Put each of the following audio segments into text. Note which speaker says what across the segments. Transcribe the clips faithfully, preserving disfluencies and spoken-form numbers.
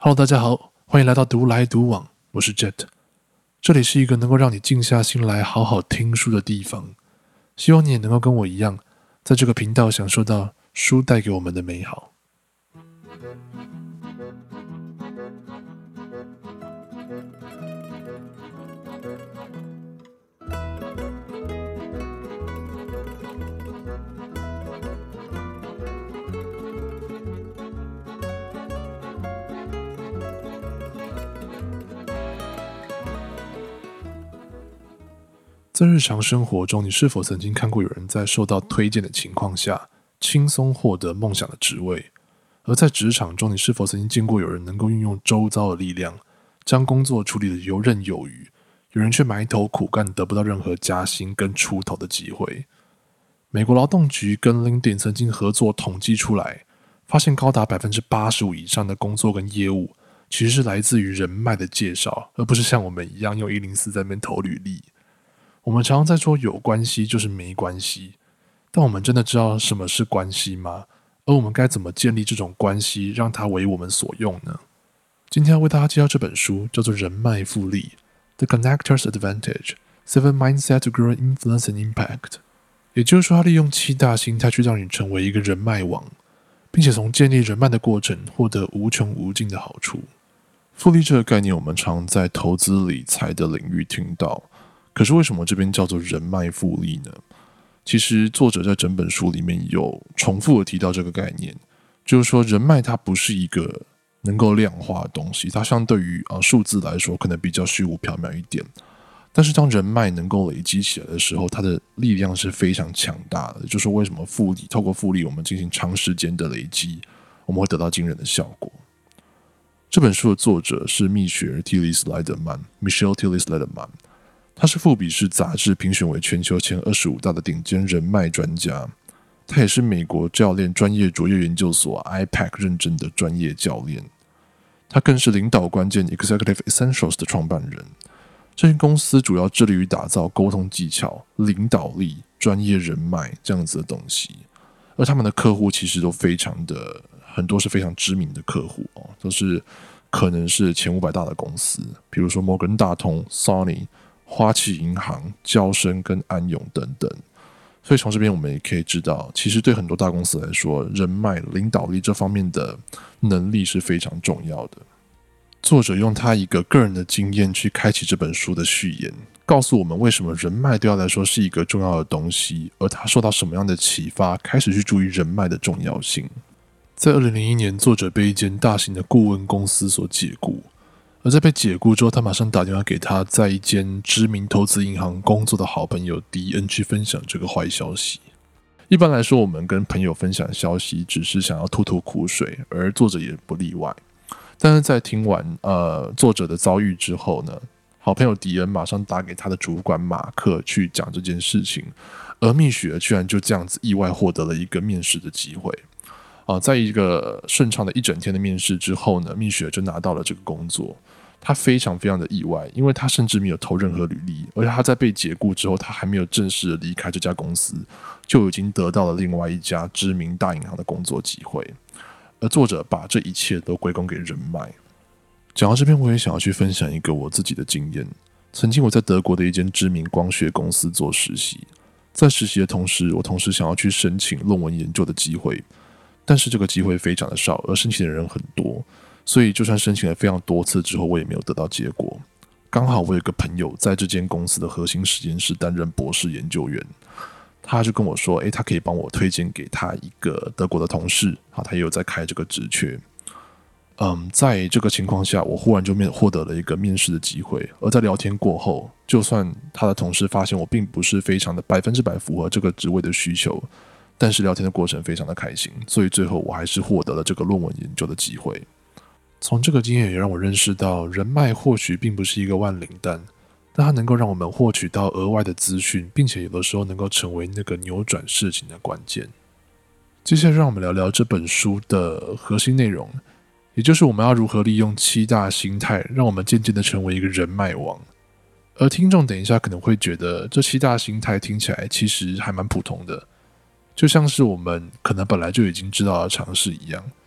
Speaker 1: Hello，大家好，欢迎来到独来独往，我是 Jet， 这里是一个能够让你静下心来好好听书的地方。希望你也能够跟我一样，在这个频道享受到书带给我们的美好。在日常生活中，你是否曾经看过有人在受到推荐的情况下，轻松获得梦想的职位？而在职场中，你是否曾经见过有人能够运用周遭的力量，将工作处理得游刃有余，有人却埋头苦干，得不到任何加薪跟出头的机会？美国劳动局跟 LinkedIn 曾经合作统计出来，发现高达 百分之八十五 以上的工作跟业务，其实是来自于人脉的介绍，而不是像我们一样用一零四在那边投履历。我们常常在说有关系就是没关系，但我们真的知道什么是关系吗？而我们该怎么建立这种关系，让它为我们所用呢？今天要为大家介绍这本书，叫做《人脉复利》 The Connector's Advantage: Seven Mindset to Grow Influence and Impact。 也就是说，它利用七大心态去让你成为一个人脉王，并且从建立人脉的过程获得无穷无尽的好处。复利这个概念，我们常在投资理财的领域听到，可是为什么这边叫做人脉复利呢？其实作者在整本书里面有重复的提到这个概念，就是说人脉它不是一个能够量化的东西，它相对于、呃、数字来说可能比较虚无缥缈一点，但是当人脉能够累积起来的时候，它的力量是非常强大的。就是为什么复利透过复利我们进行长时间的累积，我们会得到惊人的效果。这本书的作者是蜜雪儿·蒂利斯莱德曼 Michelle Tillis Lederman，他是富比士杂志评选为全球前二十五大的顶尖人脉专家，他也是美国教练专业卓越研究所 I P A C 认证的专业教练，他更是领导关键 Executive Essentials 的创办人。这间公司主要致力于打造沟通技巧、领导力、专业人脉这样子的东西，而他们的客户其实都非常的很多是非常知名的客户、哦、都是可能是前五百大的公司，比如说摩根大通、Sony、花旗银行、交生跟安永等等。所以从这边我们也可以知道，其实对很多大公司来说，人脉、领导力这方面的能力是非常重要的。作者用他一个个人的经验去开启这本书的序言，告诉我们为什么人脉对他来说是一个重要的东西，而他受到什么样的启发，开始去注意人脉的重要性。在二零零一年，作者被一间大型的顾问公司所解雇，而在被解雇之后，他马上打电话给他在一间知名投资银行工作的好朋友迪恩去分享这个坏消息。一般来说，我们跟朋友分享消息只是想要吐吐苦水，而作者也不例外。但是在听完呃作者的遭遇之后呢，好朋友迪恩马上打给他的主管马克去讲这件事情，而蜜雪居然就这样子意外获得了一个面试的机会。啊，在一个顺畅的一整天的面试之后呢，蜜雪就拿到了这个工作。他非常非常的意外，因为他甚至没有投任何履历，而且他在被解雇之后，他还没有正式的离开这家公司，就已经得到了另外一家知名大银行的工作机会。而作者把这一切都归功给人脉。讲到这边，我也想要去分享一个我自己的经验。曾经我在德国的一间知名光学公司做实习，在实习的同时，我同时想要去申请论文研究的机会，但是这个机会非常的少，而申请的人很多，所以就算申请了非常多次之后，我也没有得到结果。刚好我有一个朋友在这间公司的核心实验室担任博士研究员，他就跟我说，诶，他可以帮我推荐给他一个德国的同事，他也有在开这个职缺。嗯，在这个情况下，我忽然就获得了一个面试的机会，而在聊天过后，就算他的同事发现我并不是非常的百分之百符合这个职位的需求，但是聊天的过程非常的开心，所以最后我还是获得了这个论文研究的机会。从这个经验也让我认识到，人脉或许并不是一个万灵丹，但它能够让我们获取到额外的资讯，并且有的时候能够成为那个扭转事情的关键。接下来让我们聊聊这本书的核心内容，也就是我们要如何利用七大心态，让我们渐渐的成为一个人脉王。而听众等一下可能会觉得这七大心态听起来其实还蛮普通的，就像是我们可能本来就已经知道的常识一样。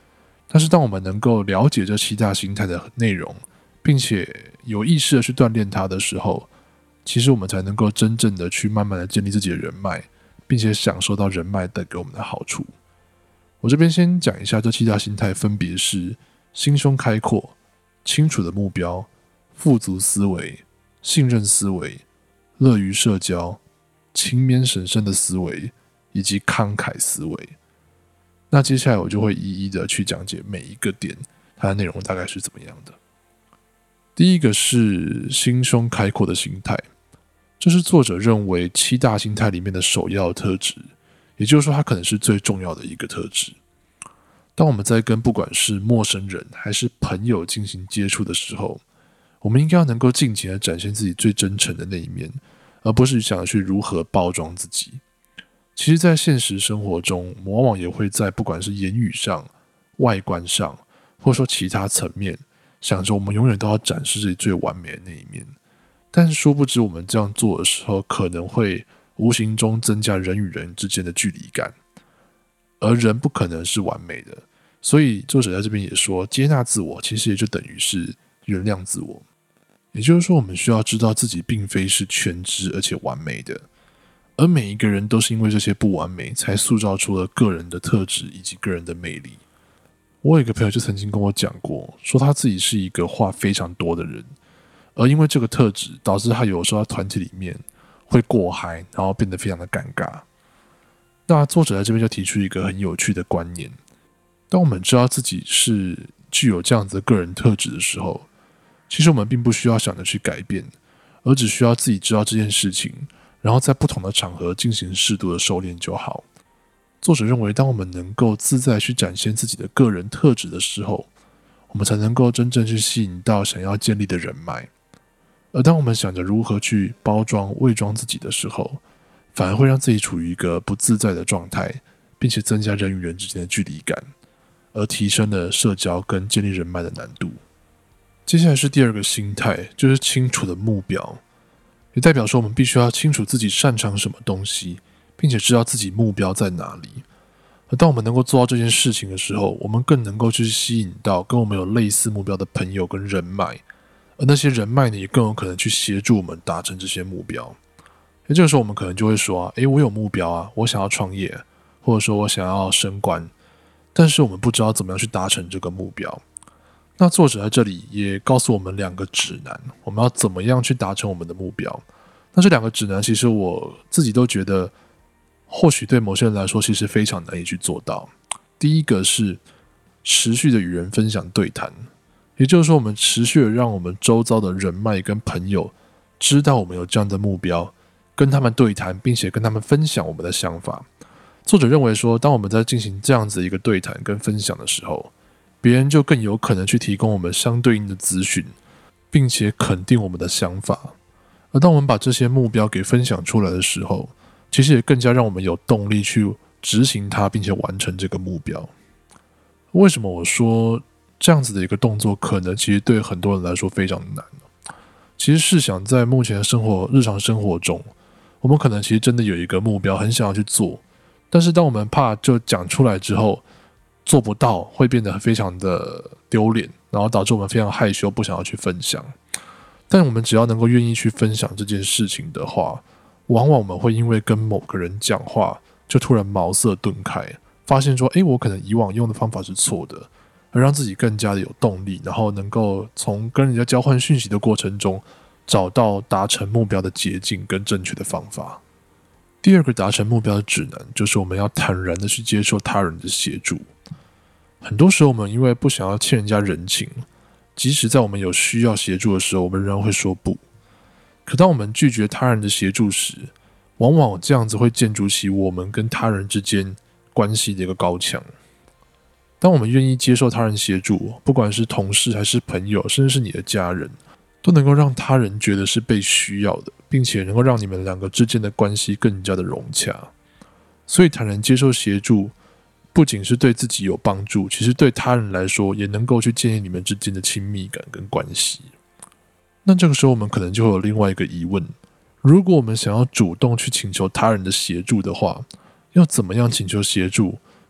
Speaker 1: 但是当我们能够了解这七大心态的内容，并且有意识的去锻炼它的时候，其实我们才能够真正的去慢慢的建立自己的人脉，并且享受到人脉带给我们的好处。我这边先讲一下这七大心态，分别是心胸开阔、清楚的目标、富足思维、信任思维、乐于社交、勤勉审慎的思维，以及慷慨思维。那接下来我就会一一的去讲解每一个点，它的内容大概是怎么样的。第一个是心胸开阔的心态，这是作者认为七大心态里面的首要特质，也就是说它可能是最重要的一个特质。当我们在跟不管是陌生人还是朋友进行接触的时候，我们应该要能够尽情的展现自己最真诚的那一面，而不是想要去如何包装自己。其实在现实生活中，我们往往也会在不管是言语上、外观上，或者说其他层面，想着我们永远都要展示自己最完美的那一面。但是殊不知我们这样做的时候，可能会无形中增加人与人之间的距离感，而人不可能是完美的。所以作者在这边也说，接纳自我其实也就等于是原谅自我。也就是说，我们需要知道自己并非是全知而且完美的，而每一个人都是因为这些不完美，才塑造出了个人的特质以及个人的魅力。我有一个朋友就曾经跟我讲过，说他自己是一个话非常多的人，而因为这个特质，导致他有时候在团体里面会过嗨，然后变得非常的尴尬。那作者在这边就提出一个很有趣的观念，当我们知道自己是具有这样子的个人特质的时候，其实我们并不需要想着去改变，而只需要自己知道这件事情，然后在不同的场合进行适度的收敛就好。作者认为，当我们能够自在去展现自己的个人特质的时候，我们才能够真正去吸引到想要建立的人脉。而当我们想着如何去包装、伪装自己的时候，反而会让自己处于一个不自在的状态，并且增加人与人之间的距离感，而提升了社交跟建立人脉的难度。接下来是第二个心态，就是清楚的目标，也代表说我们必须要清楚自己擅长什么东西，并且知道自己目标在哪里。而当我们能够做到这件事情的时候，我们更能够去吸引到跟我们有类似目标的朋友跟人脉，而那些人脉呢，也更有可能去协助我们达成这些目标。而这个时候我们可能就会说啊，诶，我有目标啊，我想要创业，或者说我想要升官，但是我们不知道怎么样去达成这个目标。那作者在这里也告诉我们两个指南，我们要怎么样去达成我们的目标。那这两个指南其实我自己都觉得或许对某些人来说其实非常难以去做到。第一个是持续的与人分享对谈，也就是说我们持续的让我们周遭的人脉跟朋友知道我们有这样的目标，跟他们对谈，并且跟他们分享我们的想法。作者认为说，当我们在进行这样子一个对谈跟分享的时候，别人就更有可能去提供我们相对应的资讯，并且肯定我们的想法。而当我们把这些目标给分享出来的时候，其实也更加让我们有动力去执行它，并且完成这个目标。为什么我说这样子的一个动作可能其实对很多人来说非常难呢？其实试想在目前的生活日常生活中，我们可能其实真的有一个目标很想要去做，但是当我们怕就讲出来之后做不到，会变得非常的丢脸，然后导致我们非常害羞，不想要去分享。但我们只要能够愿意去分享这件事情的话，往往我们会因为跟某个人讲话，就突然茅塞顿开，发现说，诶，我可能以往用的方法是错的，而让自己更加的有动力，然后能够从跟人家交换讯息的过程中，找到达成目标的捷径跟正确的方法。第二个达成目标的指南，就是我们要坦然的去接受他人的协助。很多时候我们因为不想要欠人家人情，即使在我们有需要协助的时候，我们仍然会说不。可当我们拒绝他人的协助时，往往这样子会建筑起我们跟他人之间关系的一个高墙。当我们愿意接受他人协助，不管是同事还是朋友，甚至是你的家人，都能够让他人觉得是被需要的，并且能够让你们两个之间的关系更加的融洽。所以坦然接受协助，不仅是对自己有帮助，其实对他人来说也能够去建立你们之间的亲密感跟关系。那这个时候我们可能就会有另外一个疑问，如果我们想要主动去请求他人的协助的话，要怎么样请求协助，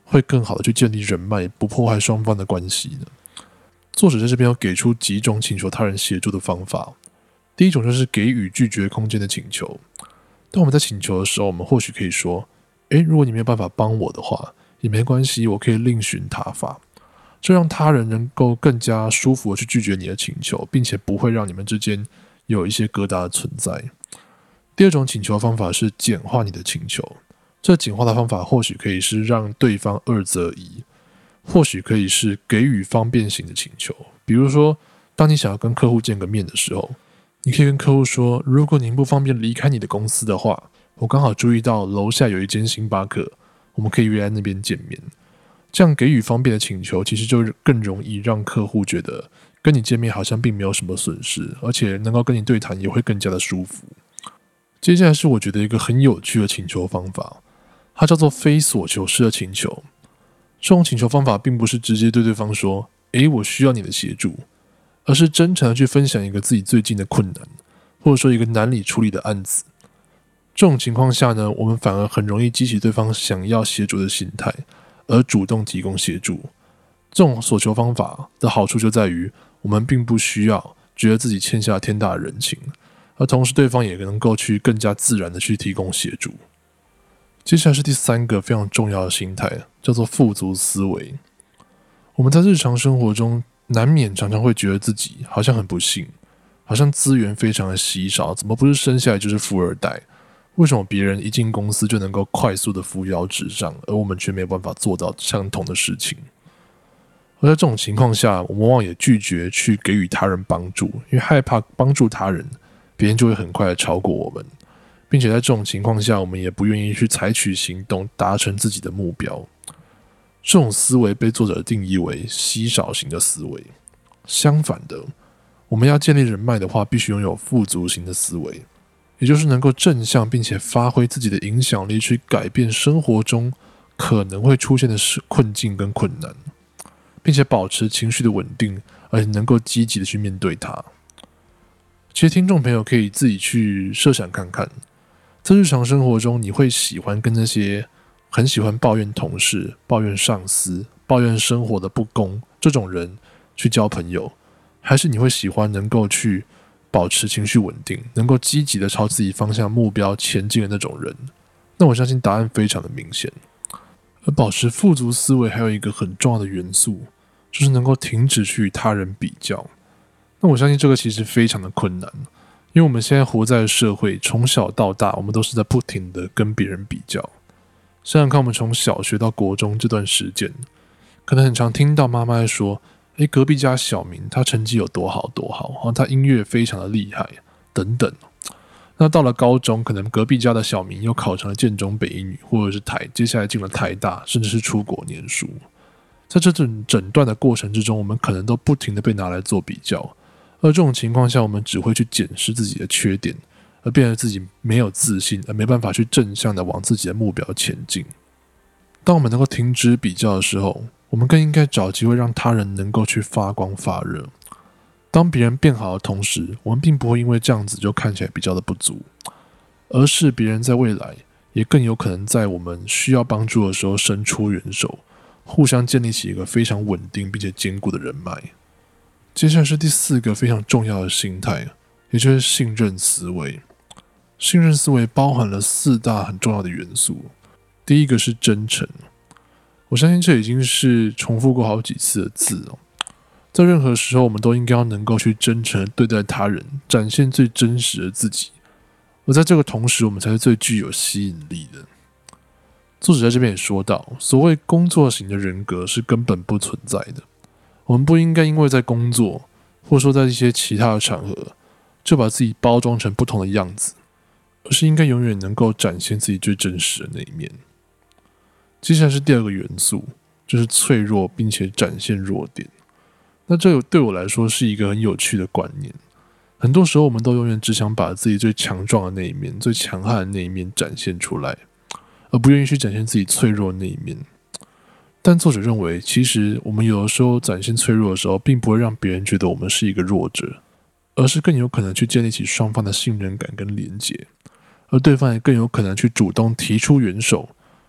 Speaker 1: 会更好的去建立人脉，不破坏双方的关系呢？作者在这边有给出几种请求他人协助的方法。第一种就是给予拒绝空间的请求。当我们在请求的时候，我们或许可以说：“诶，如果你没有办法帮我的话，也没关系，我可以另寻他法。”这让他人能够更加舒服的去拒绝你的请求，并且不会让你们之间有一些疙瘩的存在。第二种请求方法是简化你的请求。这简化的方法或许可以是让对方二择一，或许可以是给予方便型的请求。比如说，当你想要跟客户见个面的时候，你可以跟客户说：“如果您不方便离开你的公司的话，我刚好注意到楼下有一间星巴克，我们可以约在那边见面。”这样给予方便的请求，其实就更容易让客户觉得跟你见面好像并没有什么损失，而且能够跟你对谈也会更加的舒服。接下来是我觉得一个很有趣的请求方法，它叫做非所求式的请求。这种请求方法并不是直接对对方说：“诶，我需要你的协助”，而是真诚的去分享一个自己最近的困难，或者说一个难以处理的案子。这种情况下呢，我们反而很容易激起对方想要协助的心态，而主动提供协助。这种所求方法的好处就在于，我们并不需要觉得自己欠下天大的人情，而同时对方也能够去更加自然的去提供协助。接下来是第三个非常重要的心态，叫做富足思维。我们在日常生活中难免常常会觉得自己好像很不幸，好像资源非常的稀少，怎么不是生下来就是富二代？为什么别人一进公司就能够快速的扶摇直上，而我们却没有办法做到相同的事情？而在这种情况下，我们往往也拒绝去给予他人帮助，因为害怕帮助他人，别人就会很快的超过我们，并且在这种情况下，我们也不愿意去采取行动，达成自己的目标。这种思维被作者定义为稀少型的思维。相反的，我们要建立人脉的话，必须拥有富足型的思维，也就是能够正向并且发挥自己的影响力，去改变生活中可能会出现的困境跟困难，并且保持情绪的稳定，而且能够积极的去面对它。其实听众朋友可以自己去设想看看，在日常生活中，你会喜欢跟那些很喜欢抱怨同事、抱怨上司、抱怨生活的不公这种人去交朋友，还是你会喜欢能够去保持情绪稳定，能够积极的朝自己方向目标前进的那种人？那我相信答案非常的明显。而保持富足思维还有一个很重要的元素，就是能够停止去与他人比较。那我相信这个其实非常的困难，因为我们现在活在社会，从小到大，我们都是在不停的跟别人比较。想想看，我们从小学到国中这段时间，可能很常听到妈妈在说：“诶，隔壁家小明他成绩有多好多好，他音乐非常的厉害，等等。”那到了高中，可能隔壁家的小明又考成了建中、北一女，或者是台，接下来进了台大，甚至是出国念书。在这整整段的过程之中，我们可能都不停的被拿来做比较，而这种情况下，我们只会去检视自己的缺点，而变得自己没有自信，而没办法去正向的往自己的目标前进。当我们能够停止比较的时候，我们更应该找机会让他人能够去发光发热。当别人变好的同时，我们并不会因为这样子就看起来比较的不足，而是别人在未来也更有可能在我们需要帮助的时候伸出援手，互相建立起一个非常稳定并且坚固的人脉。接下来是第四个非常重要的心态，也就是信任思维。信任思维包含了四大很重要的元素。第一个是真诚，我相信这已经是重复过好几次的字哦。在任何时候，我们都应该要能够去真诚地对待他人，展现最真实的自己。而在这个同时，我们才是最具有吸引力的。作者在这边也说到，所谓工作型的人格是根本不存在的。我们不应该因为在工作，或者说在一些其他的场合，就把自己包装成不同的样子，而是应该永远能够展现自己最真实的那一面。接下来是第二个元素，就是脆弱并且展现弱点。那这个对我来说是一个很有趣的观念。很多时候我们都永远只想把自己最强壮的那一面、最强悍的那一面展现出来，而不愿意去展现自己脆弱的那一面。但作者认为，其实我们有的时候展现脆弱的时候，并不会让别人觉得我们是一个弱者，而是更有可能去建立起双方的信任感跟连结，而对方也更有可能去主动提出援手，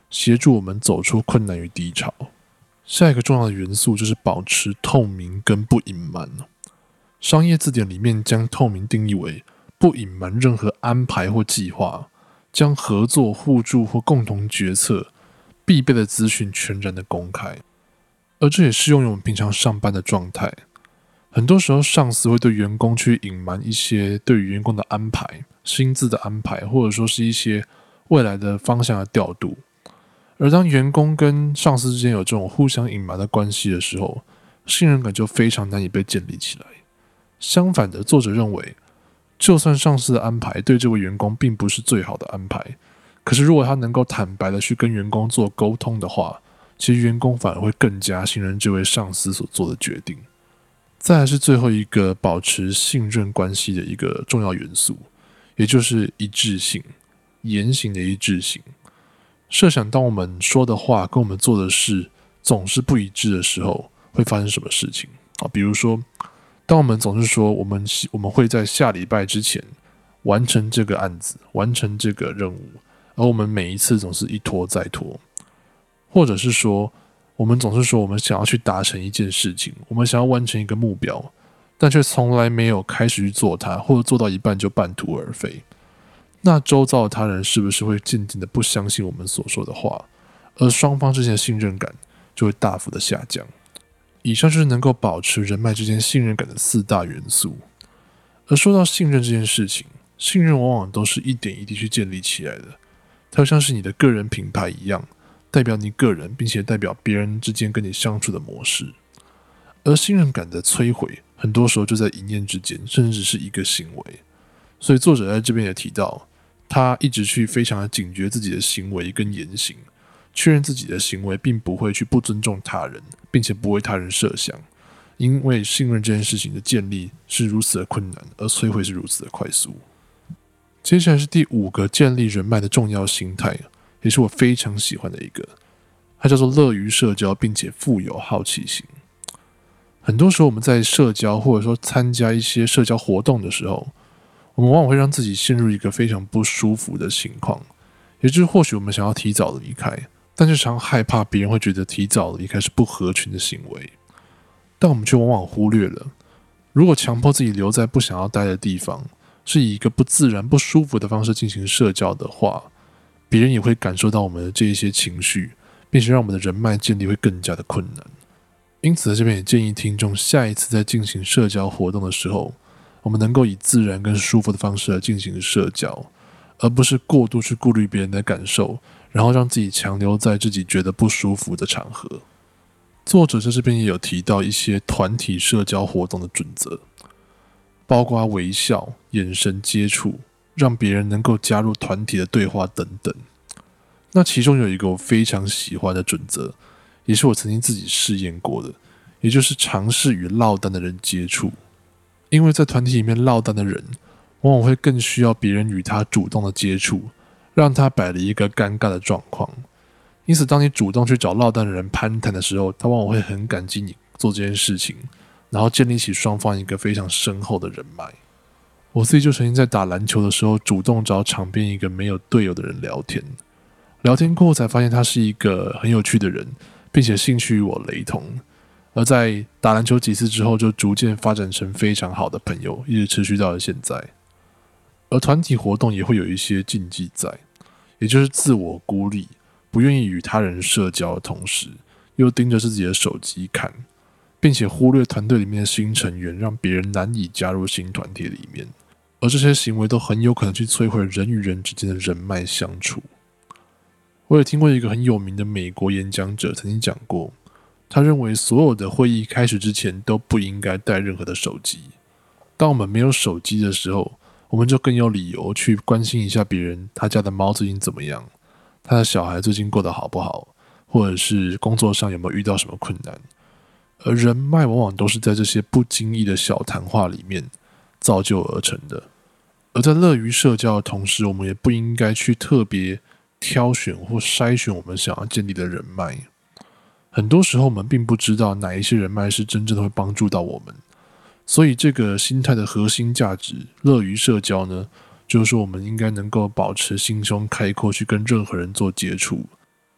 Speaker 1: 协助我们走出困难与低潮。下一个重要的元素就是保持透明跟不隐瞒。商业字典里面将透明定义为不隐瞒任何安排或计划，将合作、互助或共同决策必备的资讯全然的公开。而这也适用于我们平常上班的状态。很多时候，上司会对员工去隐瞒一些对于员工的安排、薪资的安排，或者说是一些未来的方向的调度。而当员工跟上司之间有这种互相隐瞒的关系的时候，信任感就非常难以被建立起来。相反的，作者认为，就算上司的安排对这位员工并不是最好的安排，可是如果他能够坦白的去跟员工做沟通的话，其实员工反而会更加信任这位上司所做的决定。再来是最后一个保持信任关系的一个重要元素，也就是一致性，言行的一致性。设想当我们说的话跟我们做的事总是不一致的时候，会发生什么事情啊？比如说，当我们总是说我们我们会在下礼拜之前完成这个案子，完成这个任务，而我们每一次总是一拖再拖，或者是说，我们总是说我们想要去达成一件事情，我们想要完成一个目标，但却从来没有开始去做它，或者做到一半就半途而废。那周遭的他人是不是会渐渐的不相信我们所说的话，而双方之间的信任感就会大幅的下降。以上就是能够保持人脉之间信任感的四大元素。而说到信任这件事情，信任往往都是一点一滴去建立起来的，它就像是你的个人品牌一样，代表你个人，并且代表别人之间跟你相处的模式。而信任感的摧毁，很多时候就在一念之间，甚至只是一个行为。所以作者在这边也提到，他一直去非常的警觉自己的行为跟言行，确认自己的行为并不会去不尊重他人，并且不为他人设想。因为信任这件事情的建立是如此的困难，而摧毁是如此的快速。接下来是第五个建立人脉的重要心态，也是我非常喜欢的一个，它叫做乐于社交并且富有好奇心。很多时候我们在社交或者说参加一些社交活动的时候，我们往往会让自己陷入一个非常不舒服的情况，也就是或许我们想要提早的离开，但是常害怕别人会觉得提早离开是不合群的行为，但我们却往往忽略了，如果强迫自己留在不想要待的地方，是以一个不自然不舒服的方式进行社交的话，别人也会感受到我们的这一些情绪，并且让我们的人脉建立会更加的困难。因此在这边也建议听众下一次在进行社交活动的时候，我们能够以自然跟舒服的方式来进行社交，而不是过度去顾虑别人的感受，然后让自己强留在自己觉得不舒服的场合。作者在这边也有提到一些团体社交活动的准则，包括微笑、眼神接触，让别人能够加入团体的对话等等。那其中有一个我非常喜欢的准则，也是我曾经自己试验过的，也就是尝试与落单的人接触。因为在团体里面落单的人，往往会更需要别人与他主动的接触，让他摆了一个尴尬的状况。因此当你主动去找落单的人攀谈的时候，他往往会很感激你做这件事情，然后建立起双方一个非常深厚的人脉。我自己就曾经在打篮球的时候，主动找场边一个没有队友的人聊天，聊天过后才发现他是一个很有趣的人，并且兴趣与我雷同，而在打篮球几次之后，就逐渐发展成非常好的朋友，一直持续到了现在。而团体活动也会有一些禁忌在，也就是自我孤立，不愿意与他人社交的同时，又盯着自己的手机看，并且忽略团队里面的新成员，让别人难以加入新团体里面。而这些行为都很有可能去摧毁人与人之间的人脉相处。我也听过一个很有名的美国演讲者曾经讲过，他认为所有的会议开始之前都不应该带任何的手机。当我们没有手机的时候，我们就更有理由去关心一下别人，他家的猫最近怎么样，他的小孩最近过得好不好，或者是工作上有没有遇到什么困难。而人脉往往都是在这些不经意的小谈话里面造就而成的。而在乐于社交的同时，我们也不应该去特别挑选或筛选我们想要建立的人脉。很多时候我们并不知道哪一些人脉是真正的会帮助到我们，所以这个心态的核心价值，乐于社交呢，就是说我们应该能够保持心胸开阔，去跟任何人做接触，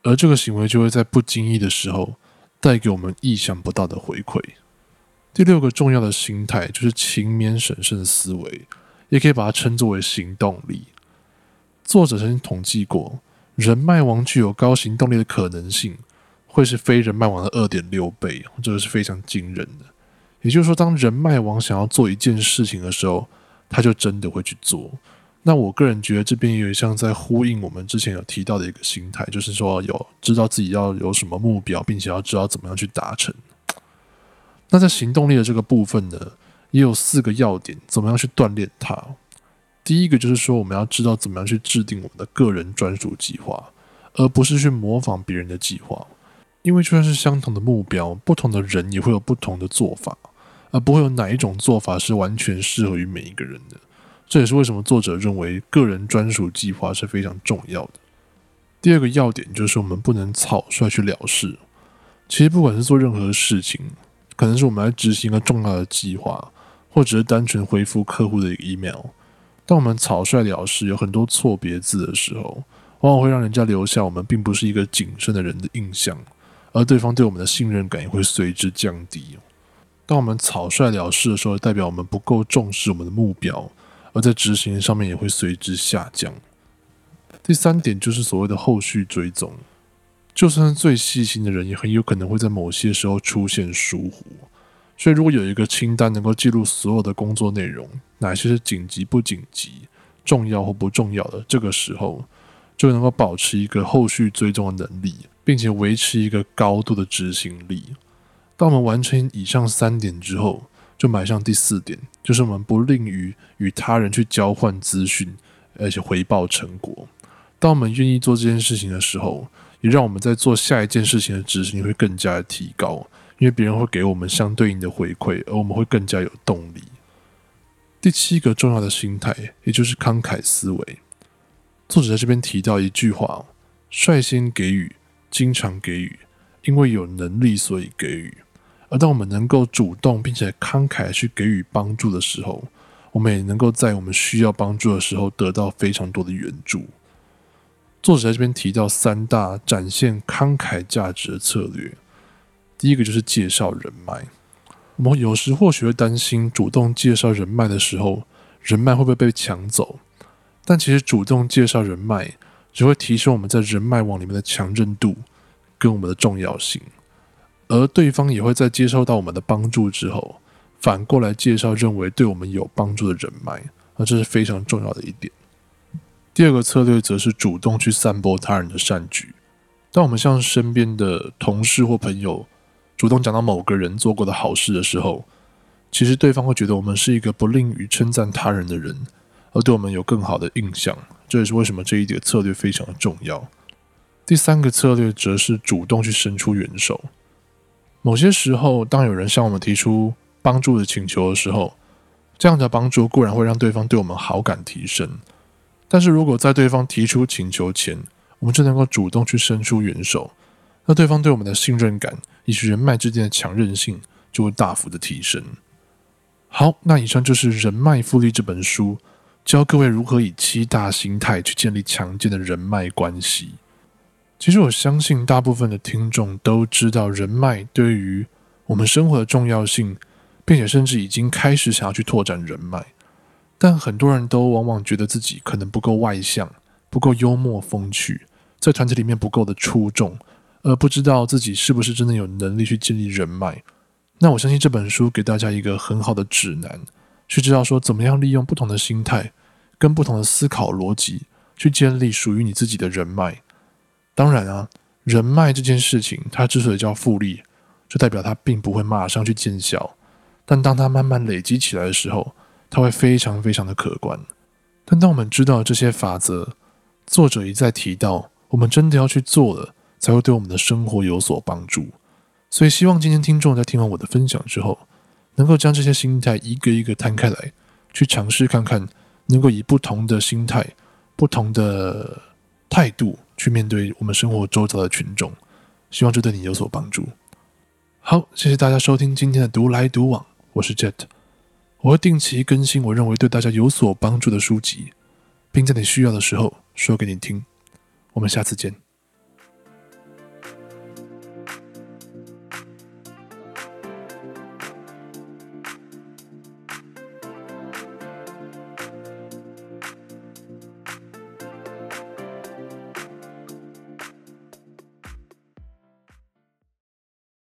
Speaker 1: 而这个行为就会在不经意的时候带给我们意想不到的回馈。第六个重要的心态就是勤勉审慎的思维，也可以把它称作为行动力。作者曾经统计过，人脉王具有高行动力的可能性会是非人脉王的 二点六 倍，这个是非常惊人的。也就是说，当人脉王想要做一件事情的时候，他就真的会去做。那我个人觉得这边也有像在呼应我们之前有提到的一个心态，就是说有知道自己要有什么目标，并且要知道怎么样去达成。那在行动力的这个部分呢，也有四个要点，怎么样去锻炼它。第一个就是说，我们要知道怎么样去制定我们的个人专属计划，而不是去模仿别人的计划。因为就算是相同的目标，不同的人也会有不同的做法，而不会有哪一种做法是完全适合于每一个人的。这也是为什么作者认为个人专属计划是非常重要的。第二个要点就是我们不能草率去了事。其实不管是做任何事情，可能是我们来执行一个重要的计划，或者是单纯回复客户的一个 email， 当我们草率了事，有很多错别字的时候，往往会让人家留下我们并不是一个谨慎的人的印象，而对方对我们的信任感也会随之降低。当我们草率了事的时候，代表我们不够重视我们的目标，而在执行上面也会随之下降。第三点就是所谓的后续追踪，就算是最细心的人，也很有可能会在某些时候出现疏忽。所以如果有一个清单能够记录所有的工作内容，哪些是紧急不紧急、重要或不重要的，这个时候就能够保持一个后续追踪的能力，并且维持一个高度的执行力。当我们完成以上三点之后，就迈向第四点，就是我们不吝于与他人去交换资讯，而且回报成果。当我们愿意做这件事情的时候，也让我们在做下一件事情的执行会更加的提高，因为别人会给我们相对应的回馈，而我们会更加有动力。第七个重要的心态，也就是慷慨思维。作者在这边提到一句话：率先给予，经常给予，因为有能力所以给予。而当我们能够主动并且慷慨去给予帮助的时候，我们也能够在我们需要帮助的时候得到非常多的援助。作者在这边提到三大展现慷慨价值的策略。第一个就是介绍人脉。我们有时或许会担心主动介绍人脉的时候，人脉会不会被抢走？但其实主动介绍人脉只会提升我们在人脉网里面的强韧度跟我们的重要性，而对方也会在接受到我们的帮助之后，反过来介绍认为对我们有帮助的人脉，而这是非常重要的一点。第二个策略则是主动去散播他人的善举。当我们向身边的同事或朋友主动讲到某个人做过的好事的时候，其实对方会觉得我们是一个不吝于称赞他人的人，而对我们有更好的印象。这也是为什么这一点策略非常的重要。第三个策略则是主动去伸出援手。某些时候，当有人向我们提出帮助的请求的时候，这样的帮助固然会让对方对我们好感提升，但是如果在对方提出请求前，我们就能够主动去伸出援手，那对方对我们的信任感以及人脉之间的强韧性就会大幅的提升。好，那以上就是《人脉复利》这本书，教各位如何以七大心态去建立强健的人脉关系。其实我相信大部分的听众都知道人脉对于我们生活的重要性，并且甚至已经开始想要去拓展人脉。但很多人都往往觉得自己可能不够外向，不够幽默风趣，在团体里面不够的出众，而不知道自己是不是真的有能力去建立人脉。那我相信这本书给大家一个很好的指南，去知道说怎么样利用不同的心态跟不同的思考逻辑去建立属于你自己的人脉。当然啊，人脉这件事情它之所以叫复利，就代表它并不会马上去见效，但当它慢慢累积起来的时候，它会非常非常的可观。但当我们知道这些法则，作者一再提到我们真的要去做了，才会对我们的生活有所帮助。所以希望今天听众在听完我的分享之后，能够将这些心态一个一个摊开来，去尝试看看能够以不同的心态、不同的态度去面对我们生活周遭的群众，希望这对你有所帮助。好，谢谢大家收听今天的读来读往，我是 Jet， 我会定期更新我认为对大家有所帮助的书籍，并在你需要的时候说给你听。我们下次见。